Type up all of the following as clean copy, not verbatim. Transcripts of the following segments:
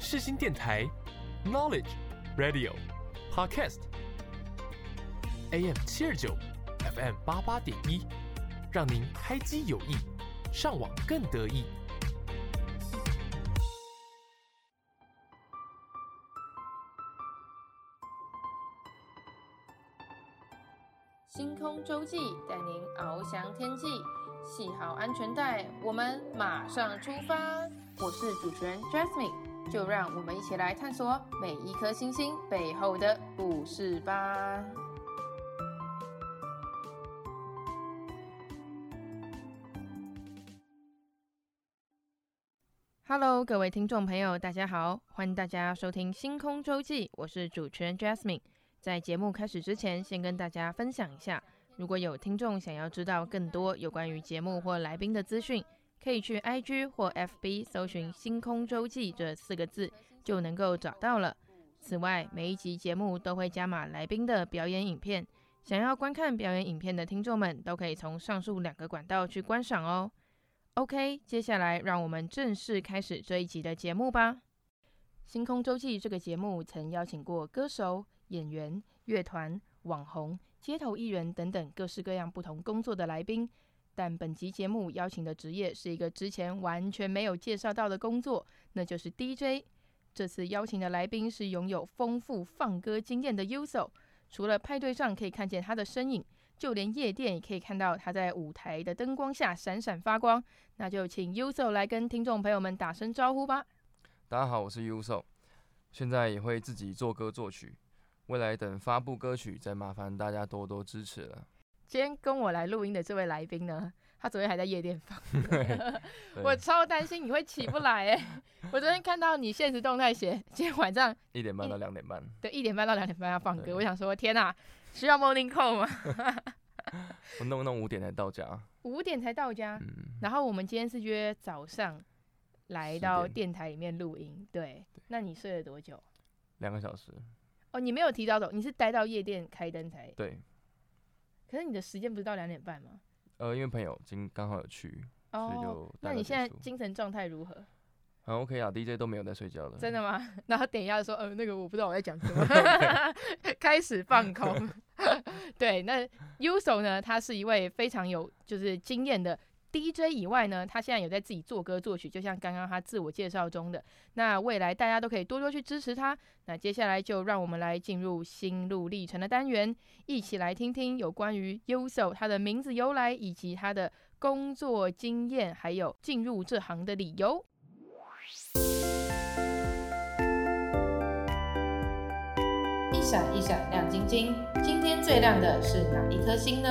世新电台 Knowledge Radio Podcast AM 729 FM 88.1，让您开机有益，上网更得意。 星空周记带您翱翔天际，系好安全带，我们马上出发。我是主持人 Jasmine， 就让我们一起来探索每一颗星星背后的故事吧。Hello， 各位听众朋友，大家好，欢迎大家收听星空周记，我是主持人 Jasmine。在节目开始之前，先跟大家分享一下，如果有听众想要知道更多有关于节目或来宾的资讯，可以去 IG 或 FB 搜寻星空周记这4个字就能够找到了。此外，每一集节目都会加码来宾的表演影片，想要观看表演影片的听众们都可以从上述2个管道去观赏哦。OK， 接下来让我们正式开始这一集的节目吧。星空周记这个节目曾邀请过歌手、演员、乐团、网红、街头艺人等等各式各样不同工作的来宾，但本集节目邀请的职业是一个之前完全没有介绍到的工作，那就是 DJ。 这次邀请的来宾是拥有丰富放歌经验的 Yuso， 除了派对上可以看见他的身影，就连夜店也可以看到他在舞台的灯光下闪闪发光。那就请 Yuso 来跟听众朋友们打声招呼吧。 大家好，我是 Yuso， 现在也会自己作歌作曲，未来等发布歌曲再麻烦大家多多支持了。 今天跟我来录音的这位来宾呢，他昨天还在夜店放歌我超担心你会起不来我昨天看到你限时动态写今天晚上 1点半到2点半， 对，1点半到2点半要放歌，我想说天哪，需要 morning call 吗我弄5点才到家 ，5点才到家，然后我们今天是约早上来到电台里面录音，对，那你睡了多久 ？2个小时。 哦，你没有提早走，你是待到夜店开灯才？ 对。 可是你的时间不是到2点半吗？ 因为朋友刚好有去，所以就那你现在精神状态如何？ 很 OK 啊 ，DJ 都没有在睡觉的。 真的吗？然后等一下说，那个我不知道我在讲什么，开始放空。对，那 Yuso 呢，他是一位非常有就是经验的 DJ 以外呢，他现在有在自己作歌作曲，就像刚刚他自我介绍中的。那未来大家都可以多多去支持他。那接下来就让我们来进入心路历程的单元，一起来听听有关于 Yuso 他的名字由来，以及他的工作经验，还有进入这行的理由。一闪一闪亮晶晶，今天最亮的是哪一颗星呢？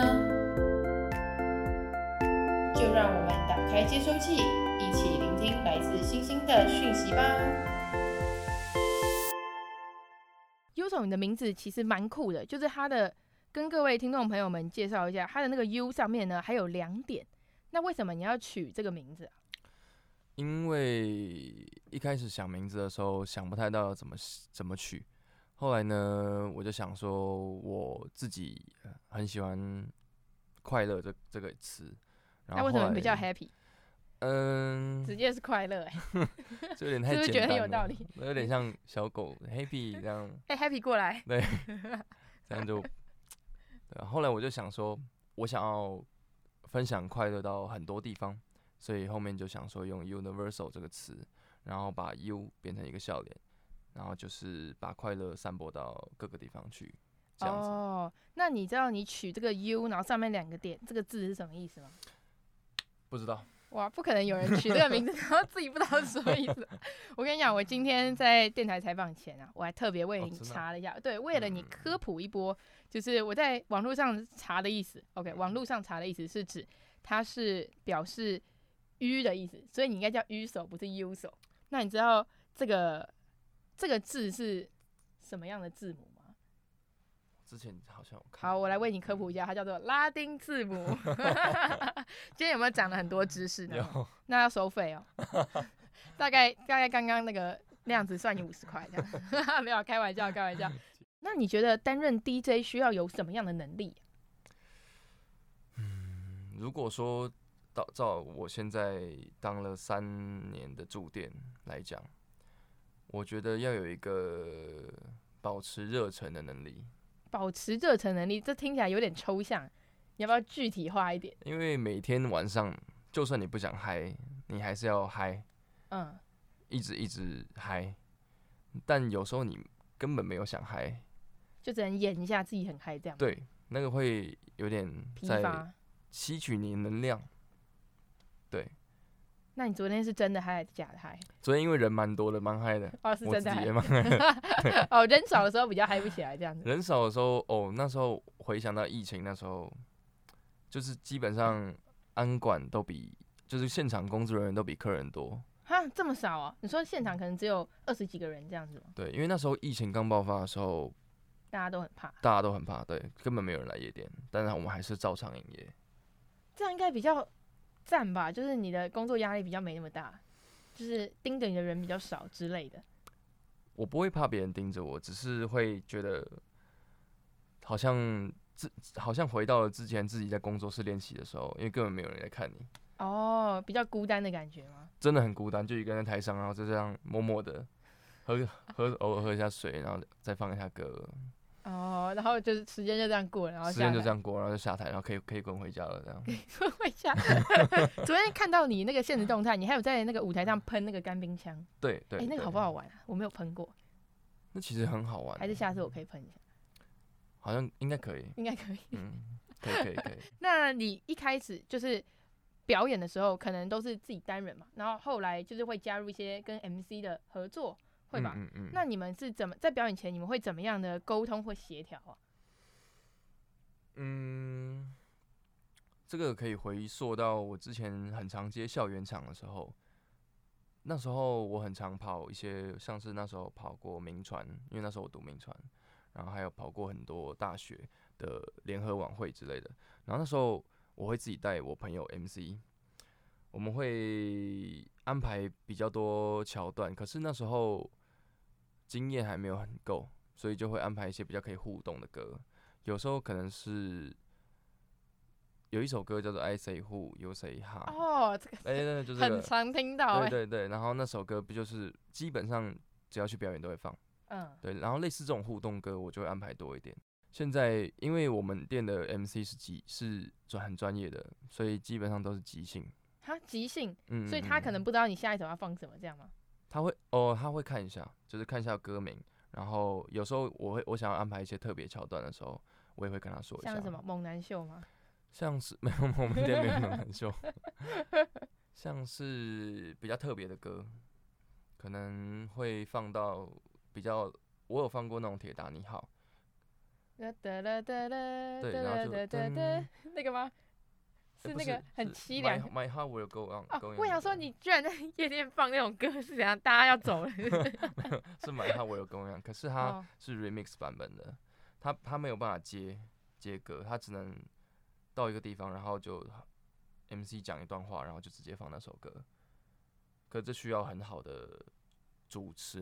就让我们打开接收器，一起聆听来自星星的讯息吧。Yuso 你的名字其实蛮酷的，就是他的，跟各位听众朋友们介绍一下，他的那个 U 上面呢还有2点，那为什么你要取这个名字啊？ 因为一开始想名字的时候想不太到怎么取，后来呢我就想说我自己很喜欢快乐这个词，然后那为什么比较 happy？ 直接是快乐这有点太简单了，是不是觉得很有道理？ 有点像小狗 happy 这样。 happy 过来。 对，这样就对。后来我就想说，我想要分享快乐到很多地方，所以后面就想说用 universal 这个词，然后把 U 变成一个笑脸，然后就是把快乐散播到各个地方去。这样子。 那你知道你取这个 U， 然后上面2个点，这个字是什么意思吗？ 不知道。 哇，不可能有人取这个名字然后自己不知道是什么意思。我跟你讲，我今天在电台采访前啊，我还特别为你查了一下，对，为了你科普一波，就是我在网络上查的意思。OK， 网络上查的意思是指它是表示 U 的意思，所以你应该叫 Yuso， 不是 Yuso。那你知道这个字是什么样的字母吗？ 之前好像有看。 好，我来为你科普一下，它叫做拉丁字母。今天有没有讲了很多知识呢？ 有。 那要收费哦。大概刚刚那个样子算你50块这样。没有，开玩笑。那你觉得担任 DJ 需要有什么样的能力？ 如果说照我现在当了3年的驻店来讲， 我觉得要有一个保持热忱的能力。 保持热忱能力，这听起来有点抽象，你要不要具体化一点？ 因为每天晚上，就算你不想嗨，你还是要嗨，一直嗨。但有时候你根本没有想嗨， 就只能演一下自己很嗨这样。 对，那个会有点在吸取你的能量。对。 那你昨天是真的嗨还是假的嗨？ 昨天因为人蛮多的，蛮嗨的。 哦，是真的嗨。 我自己也蛮嗨的。 哦，人少的时候比较嗨不起来这样子。 人少的时候，那时候回想到疫情那时候，就是基本上安管都比，就是现场工作人员都比客人多。 哈，这么少啊？你说现场可能只有20几个人这样子吗？ 对，因为那时候疫情刚爆发的时候， 大家都很怕。 大家都很怕，对，根本没有人来夜店，但是我们还是照常营业。 这样应该比较赞吧？就是你的工作压力比较没那么大，就是盯着你的人比较少之类的。 我不会怕别人盯着我，只是会觉得好像回到了之前自己在工作室练习的时候，因为根本没有人来看你。 哦，比较孤单的感觉吗？ 真的很孤单，就一个人在台上，然后就这样默默的偶尔喝一下水，然后再放一下歌。 哦，然后就是时间就这样过了，然后时间就这样过，然后就下台，然后可以滚回家了，这样。 滚回家。昨天看到你那个限时动态，你还有在那个舞台上喷那个干冰枪。 对。 那个好不好玩啊？我没有喷过。 那其实很好玩。 还是下次我可以喷一下？ 好像应该可以。 应该可以。 可以。 那你一开始就是表演的时候，可能都是自己单人嘛，然后后来就是会加入一些跟 MC 的合作。会吧？那你们是怎么在表演前你们会怎么样的沟通或协调啊？ 这个可以回溯到我之前很常接校园场的时候，那时候我很常跑一些，像是那时候跑过銘传，因为那时候我读銘传，然后还有跑过很多大学的联合晚会之类的。然后那时候我会自己带我朋友 MC， 我们会安排比较多桥段，可是那时候经验还没有很够，所以就会安排一些比较可以互动的歌。有时候可能是有一首歌叫做《I Say Who You Say Ha》。 哦，这个对，就是很常听到。 对，然后那首歌不就是基本上只要去表演都会放。对，然后类似这种互动歌，我就会安排多一点。现在因为我们店的 MC 是很专业的，所以基本上都是即兴。 哈，即兴，所以他可能不知道你下一首要放什么，这样吗？ 他会看一下，就是看一下歌名，然后有时候我想要安排一些特别桥段的时候，我也会跟他说一下。 像什么猛男秀吗？ 像是没有，我们店没有猛男秀。像是比较特别的歌，可能会放到比较，我有放过那种铁达尼号。对，然后就那个吗？是那个很凄凉。 My heart will go on。 我想说，你居然在夜店放那种歌，是怎样？大家要走了？ 没有，是My heart will go on，可是它是 remix 版本的，它没有办法接歌，它只能到一个地方，然后就 MC 讲一段话，然后就直接放那首歌。可这需要很好的主持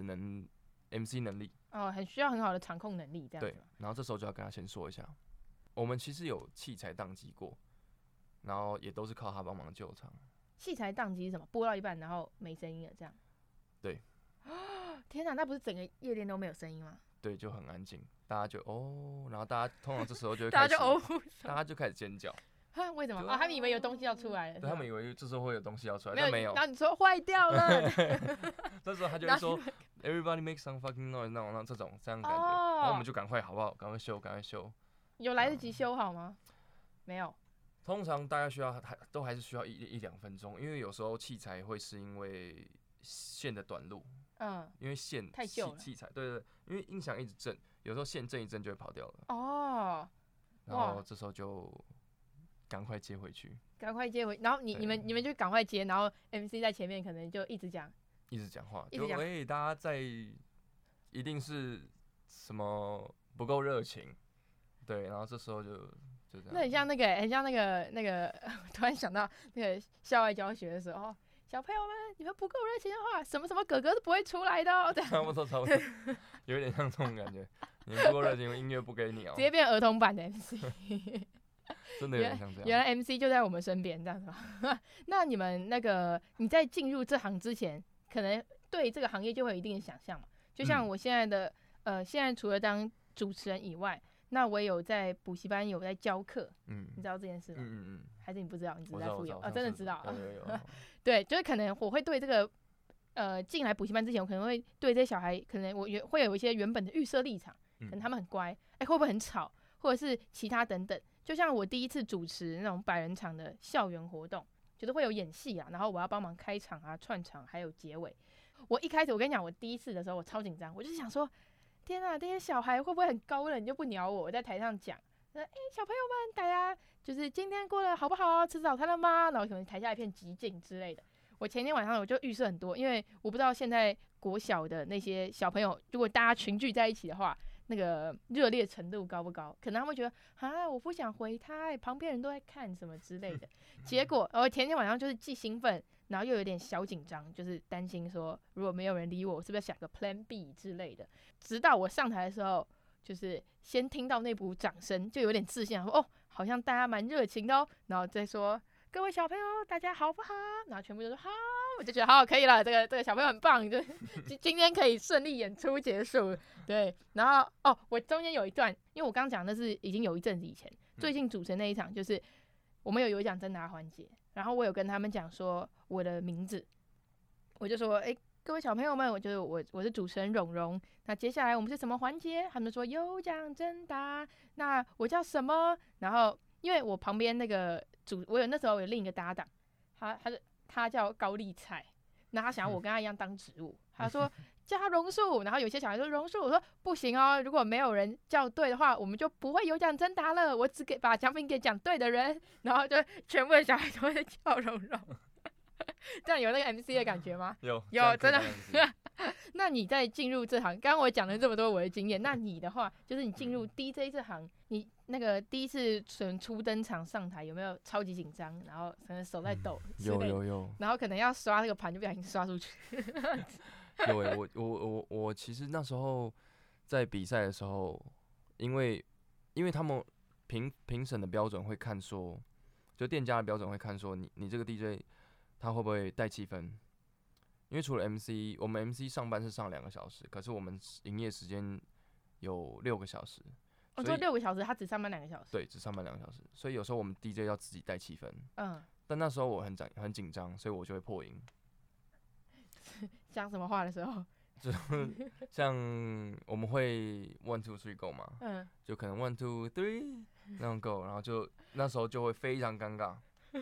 MC 能力。 很需要很好的场控能力，这样子。 对，然后这时候就要跟他先说一下，我们其实有器材宕机过。然后也都是靠他帮忙救场。 器材宕机是什么？播到一半然后没声音了，这样？ 对。 天哪，那不是整个夜店都没有声音吗？ 对，就很安静，大家就然后大家通常这时候就会大家就开始尖叫。 为什么？他们以为有东西要出来了。 对，他们以为这时候会有东西要出来，但没有。 然后你说坏掉了。 这时候他就会说 ，Everybody make some fucking noise， 那这样感觉，然后我们就赶快好不好？赶快修。 有来得及修好吗？没有。 通常大概都还是需要1-2分钟，因为有时候器材会是因为线的短路，因为线太旧了， 器材对，因为音响一直震，有时候线震一震就会跑掉了。然后这时候就赶快接回去， 然后你们就赶快接，然后 MC 在前面可能就一直讲话，就大家在一定是什么不够热情，对，然后这时候就。 那很像那个，突然想到那个校外教学的时候，小朋友们，你们不够热情的话，什么什么哥哥都不会出来的哦。 差不多，有点像这种感觉。你们不够热情，音乐不给你哦。 直接变儿童版的 MC。 真的有点像这样。 原来 MC 就在我们身边，这样子吧。那你们你在进入这行之前，可能对这个行业就会有一定的想象嘛。就像我现在的现在除了当主持人以外，那我也有在补习班有在教课，你知道这件事吗？还是你不知道？你只是在附有真的知道。 有对，就是可能我会对这个进来补习班之前，我可能会对这些小孩，可能我会有一些原本的预设立场，可能他们很乖，会不会很吵，或者是其他等等。就像我第一次主持那种100人场的校园活动，就是会有演戏啊，然后我要帮忙开场啊、串场，还有结尾。我一开始我跟你讲，我第一次的时候我超紧张，我就想说，天啊，这些小孩会不会很高冷就不鸟我？我在台上讲，小朋友们，大家就是今天过得好不好？吃早餐了吗？然后可能台下一片寂静之类的。我前天晚上我就预设很多，因为我不知道现在国小的那些小朋友，如果大家群聚在一起的话，那个热烈程度高不高？可能他们会觉得啊，我不想回他，旁边人都在看什么之类的。结果我前天晚上就是既兴奋，然后又有点小紧张，就是担心说如果没有人理我，是不是要想个 Plan B 之类的。直到我上台的时候，就是先听到那股掌声，就有点自信，说好像大家蛮热情的然后再说各位小朋友大家好不好？然后全部都说好，我就觉得好可以了，这个小朋友很棒，就今天可以顺利演出结束。对，然后我中间有一段，因为我刚讲的是已经有一阵子以前，最近主持那一场就是我们有一奖征答环节，然后我有跟他们讲说我的名字，我就说各位小朋友们，我是主持人蓉蓉，那接下来我们是什么环节？他们说有奖征答，那我叫什么？然后因为我旁边那个那时候有另一个搭档，他叫高丽菜，那他想要我跟他一样当植物，他说叫他榕树，然后有些小孩说榕树，我说不行如果没有人叫对的话，我们就不会有奖征答了，我只把奖品给讲对的人，然后就全部的小孩都会叫蓉蓉。这样有那个 MC 的感觉吗？ 有真的。那你在进入这行，刚刚我讲了这么多我的经验，那你的话，就是你进入 DJ 这行，你那个第一次初登场上台，有没有超级紧张？然后可能手在抖， 有， 然后可能要刷那个盘就不小心刷出去。 有我其实那时候在比赛的时候，因为他们评审的标准会看说，就店家的标准会看说你这个 DJ 他会不会带气氛。因为除了 MC， 我们 MC 上班是上2个小时，可是我们营业时间有6个小时。 这6个小时他只上班2个小时。 对，只上班2个小时，所以有时候我们 DJ 要自己带气氛。但那时候我很紧张，所以我就会破音。 讲什么话的时候？ 就像我们会 1 2 3 go 嘛，就可能1 2 3那种 go， 然后就那时候就会非常尴尬。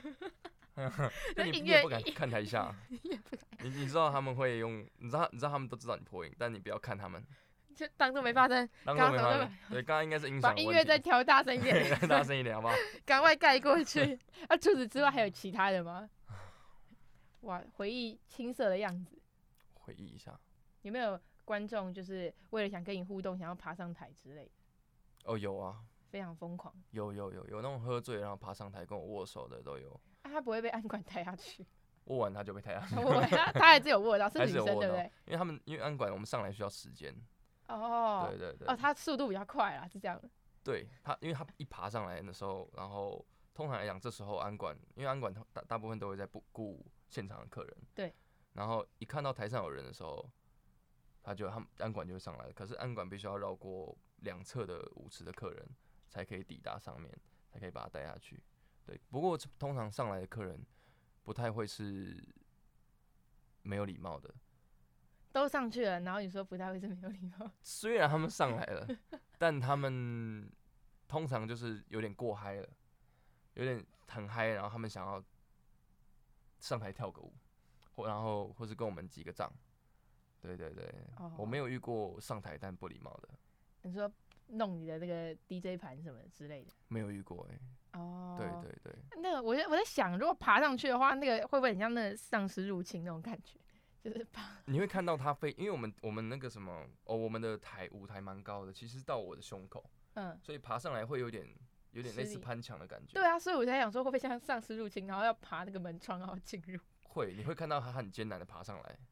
你也不敢看台下，你知道他们会用，你知道他们都知道你破音，但你不要看他们， 就当作没发生。 当作没发生。对，刚刚应该是音响。 把音乐再调大声一点， 大声一点好不好？ 赶快盖过去。除此之外还有其他的吗？哇，回忆青涩的样子。 回忆一下， 有没有观众就是为了想跟你互动，想要爬上台之类的？ 有啊， 非常疯狂。有那种喝醉然后爬上台跟我握手的都有。 他不会被安管抬下去？ 握完他就被抬下去。 他还是有握到，是女生对不对？ 因为安管我们上来需要时间。对。 他速度比较快啦，是这样。 对他，因为他一爬上来的时候，然后通常来讲，这时候安管，因为安管大部分都会在顾现场的客人。 对。 然后一看到台上有人的时候，他们安管就会上来了。可是安管必须要绕过2侧的舞池的客人，才可以抵达上面，才可以把他带下去。对，不过通常上来的客人不太会是没有礼貌的。 都上去了，然后你说不太会是没有礼貌。 虽然他们上来了，但他们通常就是有点过嗨了，有点很嗨，然后他们想要上台跳个舞，或是跟我们击个掌。对，我没有遇过上台但不礼貌的。 你说弄你的那个 DJ 盘什么之类的？没有遇过对。 那个我在想，如果爬上去的话，那个会不会很像那个丧尸入侵那种感觉？就是你会看到它飞，因为我们那个什么我们的舞台蛮高的，其实到我的胸口，所以爬上来会有点类似攀墙的感觉。 对啊，所以我才想说，会不会像丧尸入侵，然后要爬那个门窗然后进入？ 你会看到他很艰难的爬上来。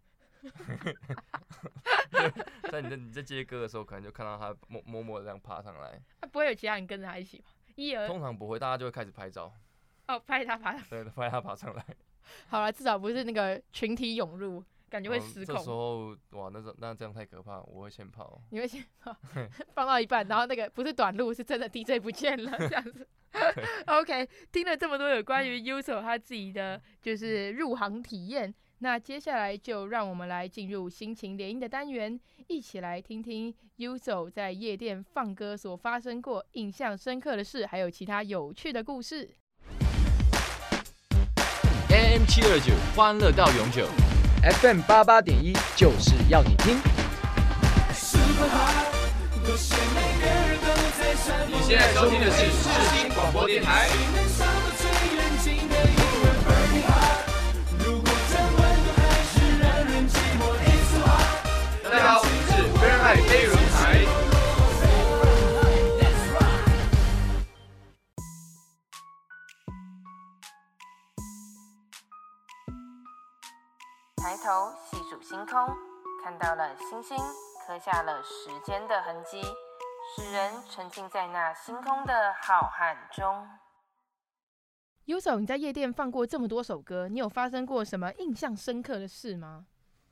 在你在接歌的时候，可能就看到他默默的这样爬上来。 不会有其他人跟着他一起吧？ 通常不会，大家就会开始拍照。 拍他爬上来。 对，拍他爬上来。 好了，至少不是那个群体涌入， 感觉会失这时控。 候哇，那这样太可怕，我会先跑。 你会先放到一半，然后那个不是短路，是真的 DJ 不见了这样子。OK， 听了这么多有关于 Yuso 他自己的就是入行体验，那接下来就让我们来进入心情联姻的单元，一起来听听 Yuso 在夜店放歌所发生过印象深刻的事，还有其他有趣的故事。 AM 729，欢乐到永久。 FM 88.1，就是要你听。 你现在收听的是世新广播电台。大家好，我们是非爱飞轮海。 抬头细数星空，看到了星星，刻下了时间的痕迹，使人沉浸在那星空的浩瀚中。Yuso， 你在夜店放过这么多首歌，你有发生过什么印象深刻的事吗？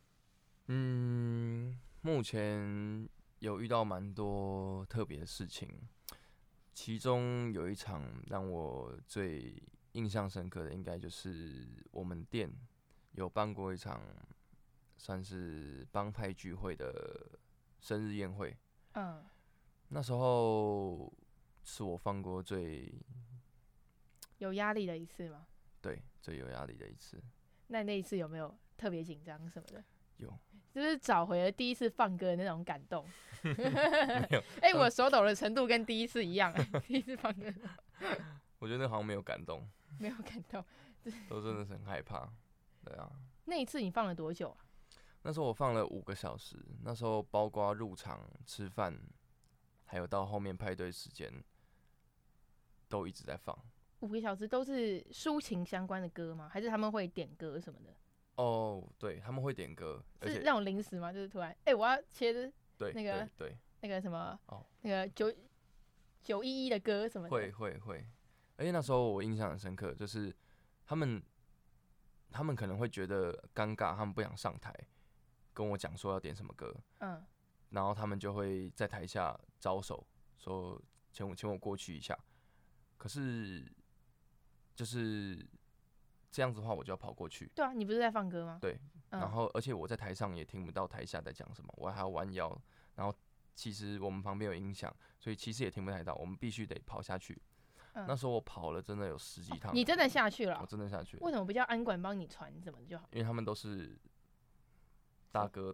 目前有遇到蛮多特别的事情，其中有一场让我最印象深刻的，应该就是我们店有办过一场算是帮派聚会的生日宴会。那时候是我放过最有压力的一次吗？ 对，最有压力的一次。 那一次有没有特别紧张什么的？ 有， 就是找回了第一次放歌的那种感动。 没有。 我手抖的程度跟第一次一样。第一次放歌， 我觉得那好像没有感动， 没有感动， 都真的是很害怕。对啊。 那一次你放了多久啊？ 那时候我放了5个小时，那时候包括入场、吃饭，还有到后面派对时间，都一直在放。 5个小时都是抒情相关的歌吗？还是他们会点歌什么的？ 哦，对，他们会点歌，而且是那种临时吗？就是突然，我要切的对那个对那个什么哦， 那个911的歌什么的。 会，而且那时候我印象很深刻，就是他们可能会觉得尴尬，他们不想上台跟我讲说要点什么歌，然后他们就会在台下招手说请我过去一下，可是就是这样子的话，我就要跑过去。 对啊，你不是在放歌吗？ 对，然后而且我在台上也听不到台下在讲什么，我还要弯腰，然后其实我们旁边有音响，所以其实也听不太到，我们必须得跑下去。那时候我跑了真的有10几趟。 你真的下去了？ 我真的下去了。 为什么不叫安管帮你传什么就好？ 因为他们都是大哥，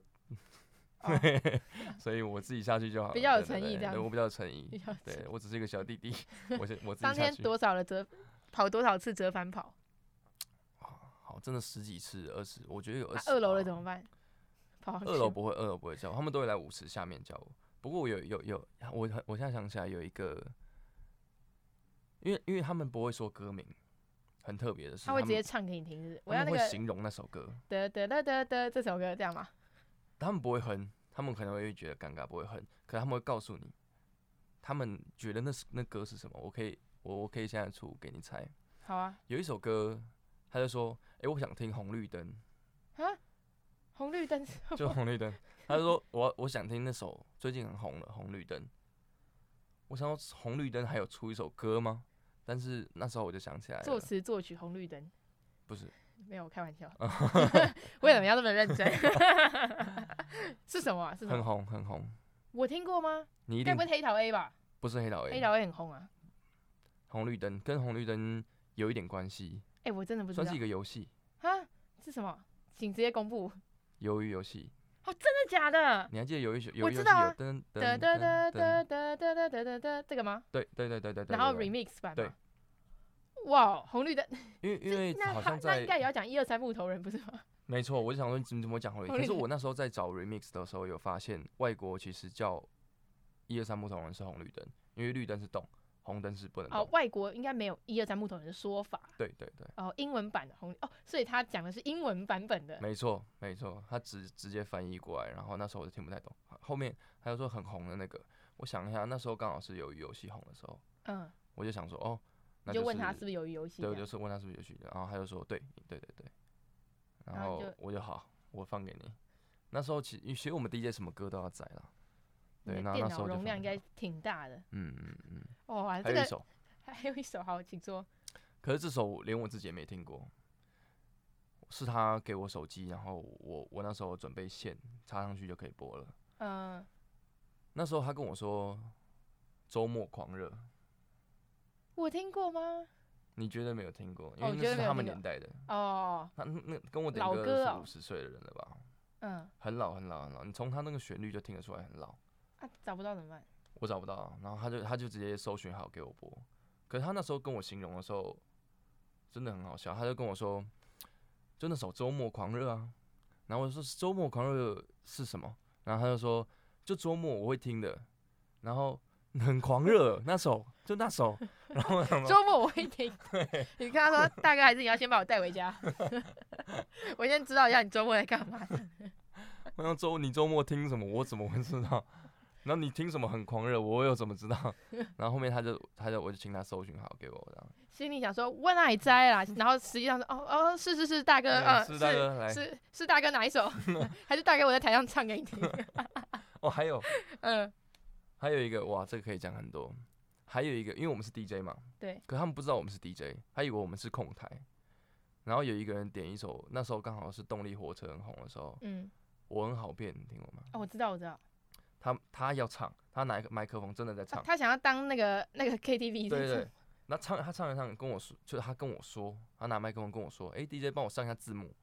所以我自己下去就好了。 比较有诚意，这样。 对，我比较有诚意。对，我只是一个小弟弟，我自己下去。 当天跑多少次折返跑？ 好，真的10几次，20，我觉得有20。 2楼了怎么办？跑上去。 2楼不会叫我，他们都会来舞池下面叫我。不过我现在想起来有一个。因为他们不会说歌名，很特别的是， 他会直接唱给你听，是不是？我要那个会形容那首歌。 这首歌这样吗？ 他们不会哼，他们可能会觉得尴尬，不会哼，可是他们会告诉你，他们觉得那歌是什么。我可以现在出给你猜。 好啊。 有一首歌，他就说，我想听红绿灯。 啊？红绿灯是什么？ 就红绿灯。他就说我想听那首最近很红的红绿灯。我想说红绿灯还有出一首歌吗？但是那时候我就想起来了， 作词作曲红绿灯， 不是， 没有，我开玩笑。为什么要这么认真？是什么？是什么？ 很红。 我听过吗？ 你一定该不会黑桃 A 吧？ 不是黑桃 A， 黑桃 A 很红啊。 红绿灯跟红绿灯有一点关系。 我真的不知道。 算是一个游戏。 啊？是什么？请直接公布。 鱿鱼游戏。 哦，真的假的？ 你还记得鱿鱼游戏？ 我知道啊。 噔这个吗？ 对。 然后 remix 版。 对。 哇，红绿灯。 因为好像那应该也要讲1、2、3木头人不是吗？ 没错，我就想说你怎么讲红绿灯？可是我那时候在找 remix 的时候有发现，外国其实叫1、2、3木头人是红绿灯，因为绿灯是动，红灯是不能动。 哦，外国应该没有1、2、3木头人的说法。 对。 哦，英文版的红所以他讲的是英文版本的。 没错，他直接翻译过来，然后那时候我就听不太懂。后面他就说很红的那个，我想一下，那时候刚好是鱿鱼游戏红的时候，我就想说那就问他是不是鱿鱼游戏？ 对，我就是问他是不是游戏的，然后他就说对，然后我就好， 我放给你。那时候其实我们 DJ 什么歌都要载啦。对， 你的电脑那时候就容量应该挺大的。哇， 还有一首， 还有一首，好，请说。 可是这首连我自己也没听过，是他给我手机，然后我那时候准备线插上去就可以播了。那时候他跟我说周末狂热， 我听过吗？ 你绝对没有听过，因为那是他们年代的。 哦， 他那跟我点歌是50岁的人了吧？很老很老很老，你从他那个旋律就听得出来很老。 找不到怎么办？ 我找不到啊，然后他就直接搜寻好给我播。可是他那时候跟我形容的时候，真的很好笑。他就跟我说，就那首《周末狂热》啊。然后我就说周末狂热是什么？然后他就说，就周末我会听的。然后很狂热，那首就那首。然后周末我会听。你跟他说，大哥还是你要先把我带回家，我先知道一下你周末在干嘛。 我想你周末听什么？我怎么会知道？然后你听什么很狂热，我又怎么知道？然后后面我就请他搜寻好给我这样。 心里想说我哪里摘啦，然后实际上说是大哥， 是大哥来， 是大哥哪一首？还是大哥我在台上唱给你听？ 还有还有一个哇，这个可以讲很多。还有一个，因为我们是 DJ 嘛， 对， 可他们不知道我们是 DJ， 他以为我们是控台。然后有一个人点一首，那时候刚好是动力火车很红的时候，我很好骗，你听过吗？ 我知道。 他要唱，他拿一个麦克风真的在唱， 他想要当那个 KTV。 对。那他唱一唱，跟我说，就是他跟我说，他拿麦克风跟我说，DJ 帮我上一下字幕。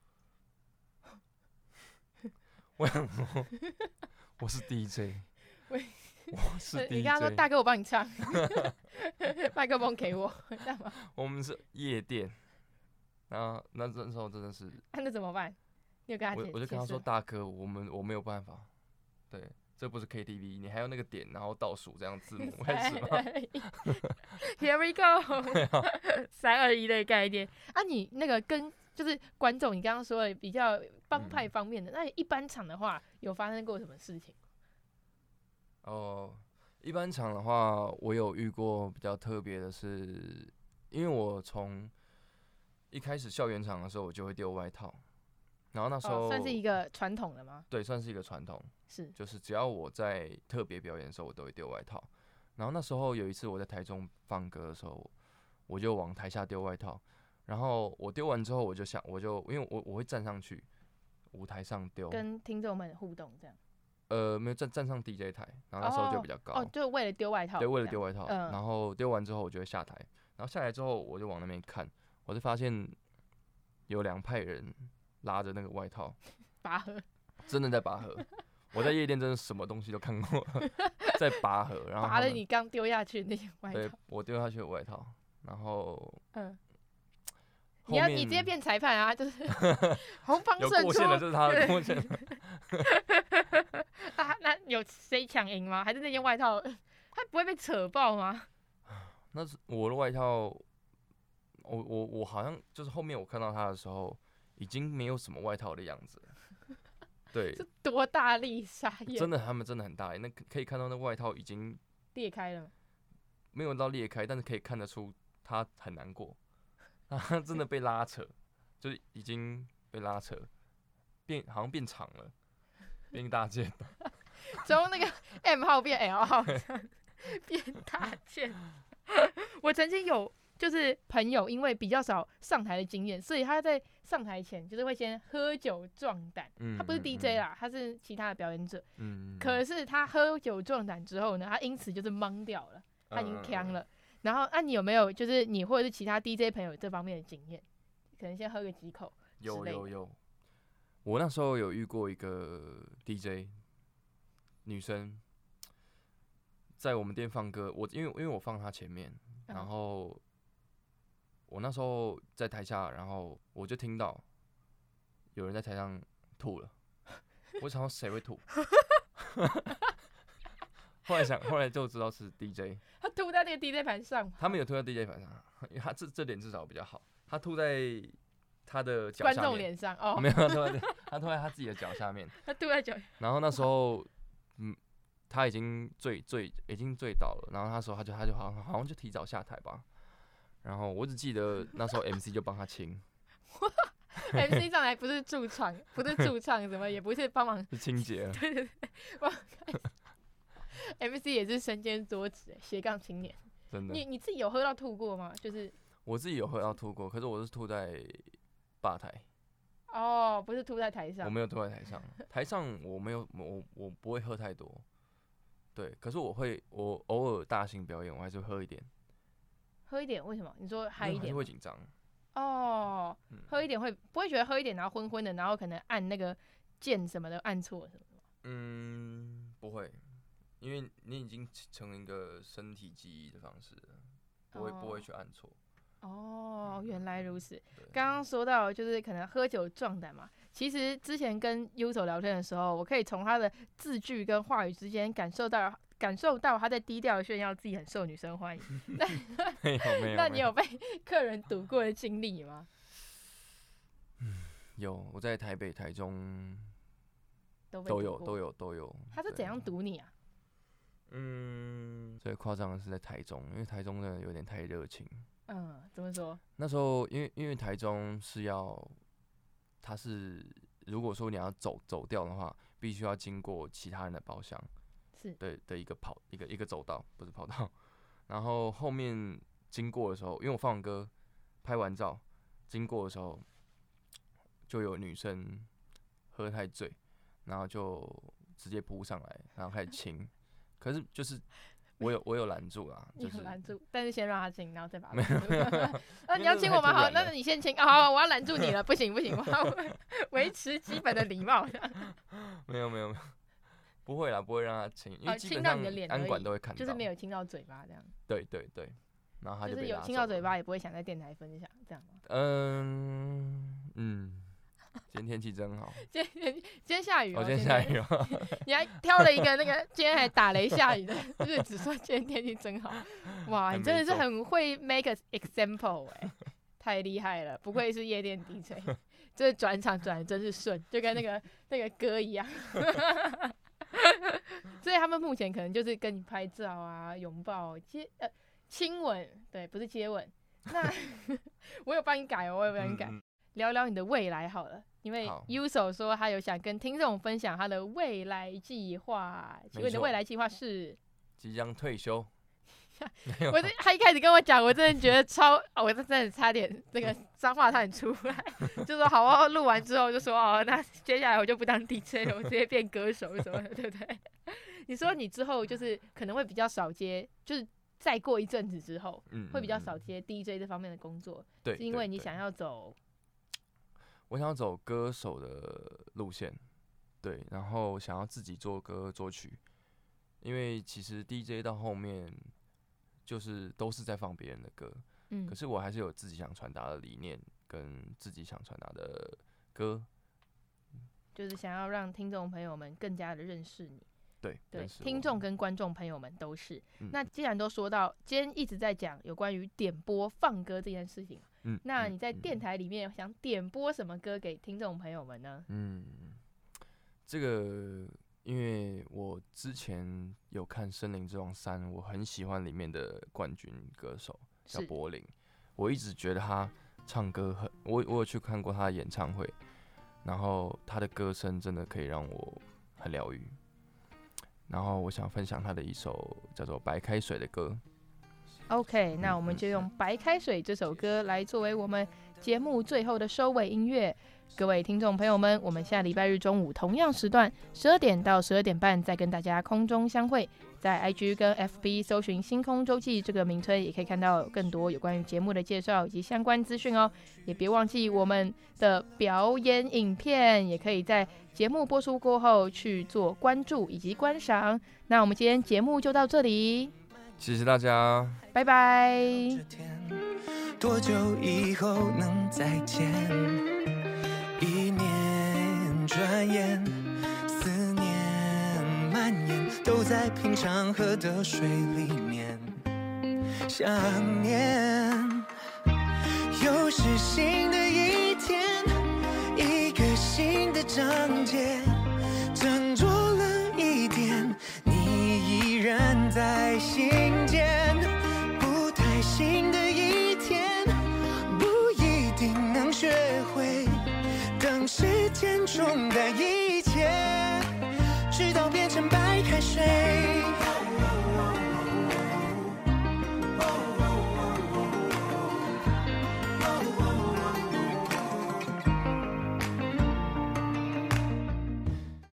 我想说，我是 DJ， 我是 DJ。 你跟他说，大哥我帮你唱，麦克风给我，这样吗？ 我们是夜店，然后那时候真的是， 那怎么办？你有跟他我就跟他说，大哥，我没有办法，对。这不是 KTV， 你还有那个点，然后倒数这样字幕开始吗 ？Here we go， 3、2、1的概念啊！你那个跟就是观众，你刚刚说的比较帮派方面的，那一般场的话，有发生过什么事情？ 一般场的话，我有遇过比较特别的是，因为我从一开始校园场的时候，我就会丢外套。然后那时候算是一个传统的吗？ 对，算是一个传统，就是只要我在特别表演的时候，我都会丢外套。然后那时候有一次我在台中放歌的时候，我就往台下丢外套。然后我丢完之后，因为我会站上去舞台上丢， 跟听众们互动这样。 没有站上 DJ 台，然后那时候就比较高。 就为了丢外套。 对，为了丢外套。然后丢完之后，我就会下台。然后下来之后，我就往那边看，我就发现有2派人。拉着那个外套， 拔河， 真的在拔河。我在夜店真的什么东西都看过，在拔河，然后拔了你刚丢下去那件外套。 对，我丢下去的外套，然后你直接变裁判啊，就是红方胜出， 有过线了，就是他的过线。 那有谁抢赢吗？还是那件外套，它不会被扯爆吗？ 那是我的外套，我好像就是后面我看到他的时候。已经没有什么外套的样子了，对， 是多大力傻眼！ 真的，他们真的很大力，那可以看到那外套已经裂开了， 没有到裂开，但是可以看得出他很难过，他真的被拉扯，就是已经被拉扯，好像变长了，变大件， 从那个 M 号变 L 号，变大件。我曾经有。就是朋友，因为比较少上台的经验，所以他在上台前就是会先喝酒壮胆。他不是 DJ 啦，他是其他的表演者。可是他喝酒壮胆之后呢，他因此就是懵掉了，他已经呛了。然后你有没有就是你或者是其他 DJ 朋友这方面的经验？可能先喝个几口。 有。我那时候有遇过一个 DJ 女生，在我们店放歌，因为我放她前面，然后。我那时候在台下，然后我就听到有人在台上吐了。我想说谁会吐？后来就知道是 DJ。 他吐在那个 DJ 盘上。 他没有吐在 DJ 盘上，因为他这点至少比较好。他吐在他的脚下面。 观众脸上哦。 没有，他吐在他自己的脚下面。 他吐在脚。 然后那时候，他已经醉倒了。然后那时候他就好像就提早下台吧。然后我只记得那时候 MC 就帮他清， MC 上来不是驻唱，不是驻唱，什么也不是帮忙， 是清洁了。 对对对，我MC 也是身兼多职，斜杠青年。 真的。 你自己有喝到吐过吗？就是我自己有喝到吐过，可是我是吐在吧台。 哦，不是吐在台上。 我没有吐在台上，台上我没有，我不会喝太多。对，可是我偶尔大型表演，我还是会喝一点。 喝一点，为什么？你说嗨一点？ 还是会紧张。 哦，喝一点不会觉得喝一点然后昏昏的，然后可能按那个键什么的按错什么的。 不会，因为你已经成一个身体记忆的方式了，不会去按错。 哦，原来如此。刚刚说到就是可能喝酒壮胆嘛，其实之前跟 Yuzo 聊天的时候，我可以从他的字句跟话语之间感受到他在低调的炫耀自己很受女生欢迎。 没有。 那你有被客人堵过的经历吗？ 有，我在台北、台中都有。 他是怎样堵你啊？ 最夸张的是在台中，因为台中真的有点太热情。 怎么说？ 那时候因为台中是如果说你要走掉的话，必须要经过其他人的包厢， 是的一个走道，不是跑道。然后后面经过的时候，因为我放完歌、拍完照，经过的时候就有女生喝太醉，然后就直接扑上来，然后开始亲。可是就是我有拦住啦， 你有拦住，但是先让他亲，然后再把他没有。 那你要亲我吗？好，那你先亲。好，我要拦住你了，不行，我要维持基本的礼貌。 没有，不会啦，不会让他亲，因为基本上安管都会看到， 就是没有亲到嘴巴这样。 对，然后他就被拉走了。 就是有亲到嘴巴，也不会想在电台分享这样吗？ 今天天气真好。 今天下雨哦。 今天下雨哦。 你还挑了一个那个今天还打雷下雨的日子，说今天天气真好。哇，你真的是很会 make an example 太厉害了，不愧是夜店 DJ， 这转场转的真是顺，就跟那个歌一样。所以他们目前可能就是跟你拍照啊、拥抱、亲吻，对，不是接吻。那我有帮你改哦，我有帮你改。聊聊你的未来好了，因为 Yuzo 说他有想跟听众分享他的未来计划。请问你的未来计划是？ 即将退休。 他一开始跟我讲，我真的觉得我真的差点那个脏话差点出来，就说好啊，录完之后就说那接下来我就不当 DJ 了，我直接变歌手什么的，对不对？你说你之后就是可能会比较少接，就是再过一阵子之后，会比较少接 DJ 这方面的工作， 对， 是因为你想要走。 我想要走歌手的路线，对，然后想要自己做歌作曲，因为其实 DJ 到后面就是都是在放别人的歌，可是我还是有自己想传达的理念跟自己想传达的歌， 就是想要让听众朋友们更加的认识你。 对， 听众跟观众朋友们都是。那既然都说到，今天一直在讲有关于点播放歌这件事情，那你在电台里面想点播什么歌给听众朋友们呢？ 这个因为我之前有看《森林之王3》，我很喜欢里面的冠军歌手叫柏林，我一直觉得他唱歌我有去看过他的演唱会，然后他的歌声真的可以让我很疗愈。然后我想分享他的一首叫做《白开水》的歌。 OK， 那我们就用《白开水》这首歌来作为我们节目最后的收尾音乐。各位听众朋友们，我们下礼拜日中午同样时段12点到12点半再跟大家空中相会。在 IG 跟 FB 搜寻星空周记这个名称，也可以看到更多有关于节目的介绍以及相关资讯哦。也别忘记我们的表演影片，也可以在节目播出过后去做关注以及观赏。那我们今天节目就到这里， 谢谢大家， 拜拜。 多久以后能再见？一年转眼，思念蔓延，都在平常喝的水里面。想念，又是新的一天，一个新的章节，斟酌了一点，你依然在心间。不太新的一天，不一定能学会成白开水。